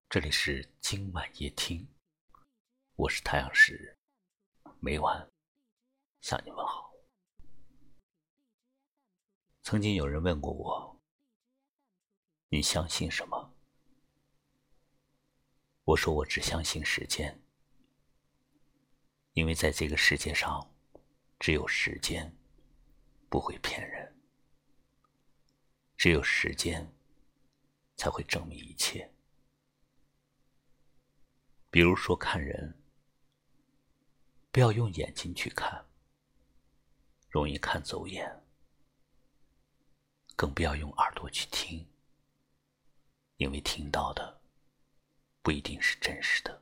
这里是今晚夜听，我是太阳石，每晚向你问好。曾经有人问过我，你相信什么？我说我只相信时间，因为在这个世界上，只有时间不会骗人，只有时间才会证明一切。比如说看人，不要用眼睛去看，容易看走眼；更不要用耳朵去听，因为听到的不一定是真实的。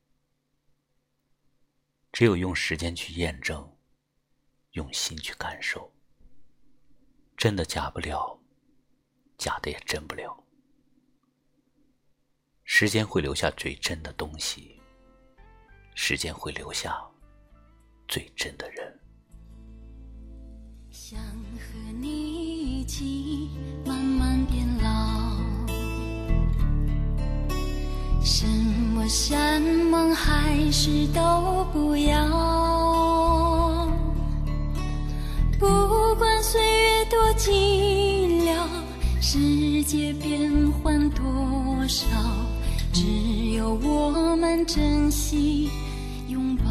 只有用时间去验证，用心去感受，真的假不了，假的也真不了。时间会留下最真的东西，时间会留下最真的人。 想和你一起慢慢变老，什么山盟海誓都不要，不管岁月多寂寥，世界变换多少，只有我们珍惜拥抱。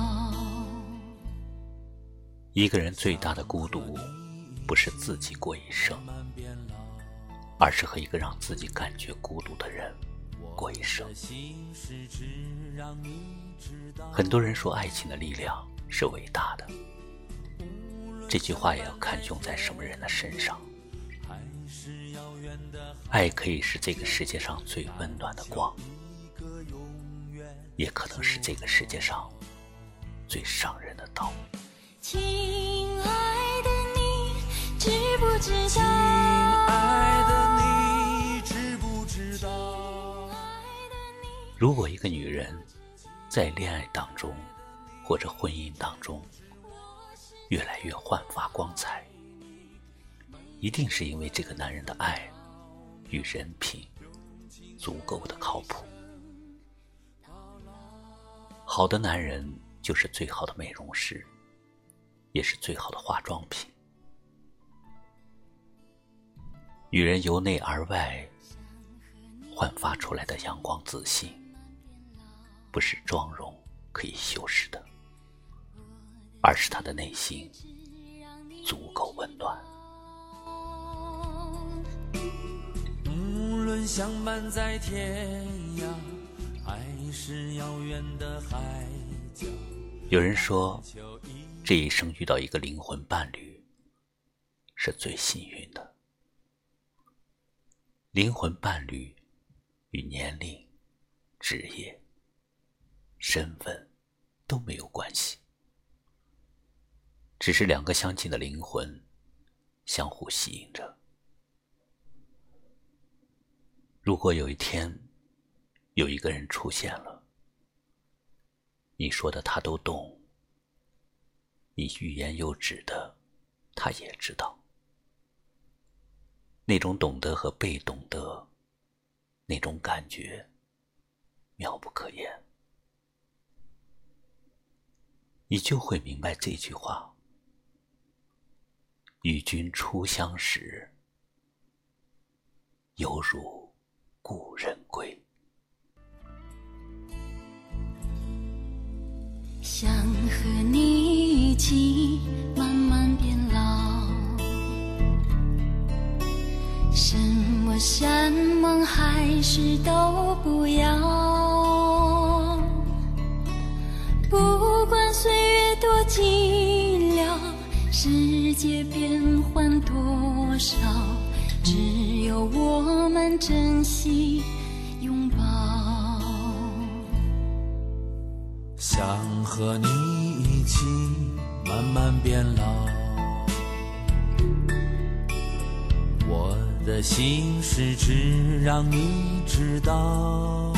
一个人最大的孤独，不是自己过一生，而是和一个让自己感觉孤独的人过一生。很多人说爱情的力量是伟大的，这句话也要看用在什么人的身上。爱可以是这个世界上最温暖的光，也可能是这个世界上最伤人的刀。 亲爱的你知不知道， 亲爱的你知不知道， 如果一个女人在恋爱当中或者婚姻当中越来越焕发光彩，一定是因为这个男人的爱与人品足够的靠谱。好的男人就是最好的美容师，也是最好的化妆品。女人由内而外焕发出来的阳光自信，不是妆容可以修饰的，而是她的内心足够温暖。 无论相伴在天涯，还是遥远的海角。 有人说，这一生遇到一个灵魂伴侣是最幸运的。灵魂伴侣与年龄、职业、身份都没有关系，只是两个相近的灵魂相互吸引着。如果有一天有一个人出现了，你说的他都懂，你欲言又止的他也知道，那种懂得和被懂得，那种感觉妙不可言，你就会明白这句话：与君初相识，犹如故人归。 想和你一起慢慢变老，什么山盟海誓都不要，不管岁月多寂寥，世界变换多少，只有我们珍惜拥抱。 想和你一起慢慢变老，我的心事只让你知道。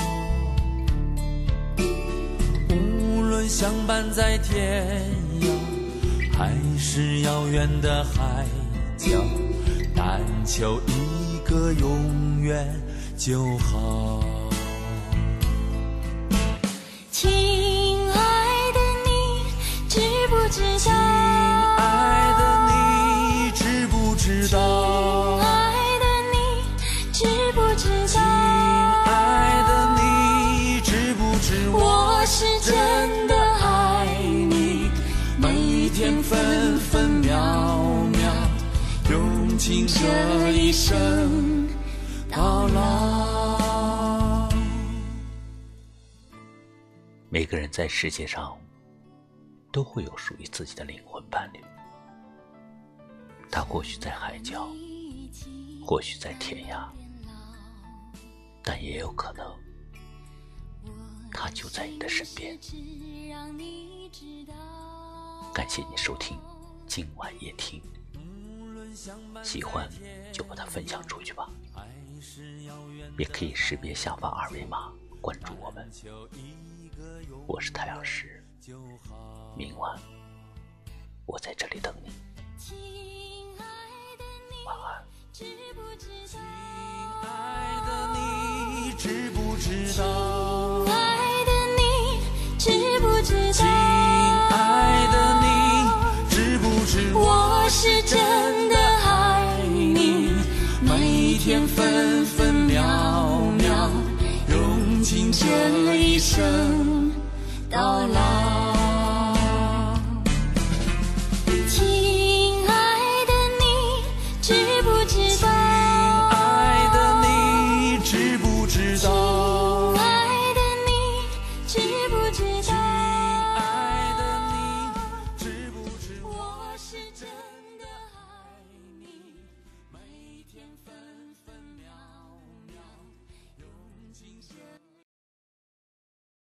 无论相伴在天涯，还是遥远的海角，但求一个永远就好。 尽这一生到老。 每个人在世界上都会有属于自己的灵魂伴侣，他或许在海角，或许在天涯，但也有可能他就在你的身边。感谢你收听今晚夜听，喜欢就把它分享出去吧，也可以识别下方二维码关注我们。我是太阳石，明晚我在这里等你，晚安。 亲爱的你知不知道， 亲爱的你知不知道， 亲爱的你知不知道， 我是真的爱你， 每天分分秒秒用尽这一生到老。 亲爱的你知不知道， 亲爱的你知不知道，